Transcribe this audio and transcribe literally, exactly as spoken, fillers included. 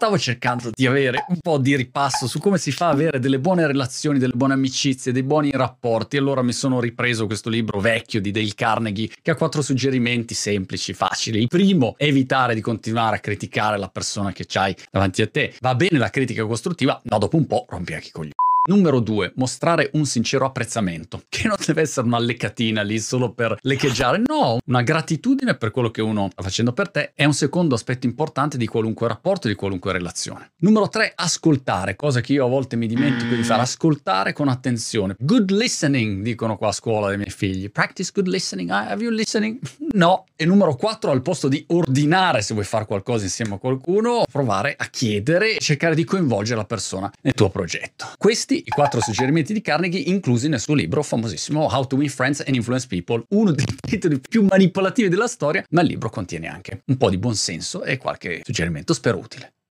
stavo cercando di avere un po' di ripasso su come si fa a avere delle buone relazioni, delle buone amicizie, dei buoni rapporti. Allora mi sono ripreso questo libro vecchio di Dale Carnegie che ha quattro suggerimenti semplici, facili. Il primo, evitare di continuare a criticare la persona che c'hai davanti a te. Va bene la critica costruttiva, ma dopo un po' rompi anche i coglioni. Numero due, mostrare un sincero apprezzamento, che non deve essere una leccatina lì solo per leccheggiare, no, una gratitudine per quello che uno sta facendo per te è un secondo aspetto importante di qualunque rapporto, di qualunque relazione. Numero tre, ascoltare, cosa che io a volte mi dimentico di fare, ascoltare con attenzione. Good listening, dicono qua a scuola dei miei figli. Practice good listening, have you listening? No. E numero quattro, al posto di ordinare se vuoi fare qualcosa insieme a qualcuno, provare a chiedere e cercare di coinvolgere la persona nel tuo progetto. Questi i quattro suggerimenti di Carnegie inclusi nel suo libro famosissimo How to Win Friends and Influence People, uno dei titoli più manipolativi della storia, ma il libro contiene anche un po' di buonsenso e qualche suggerimento spero utile.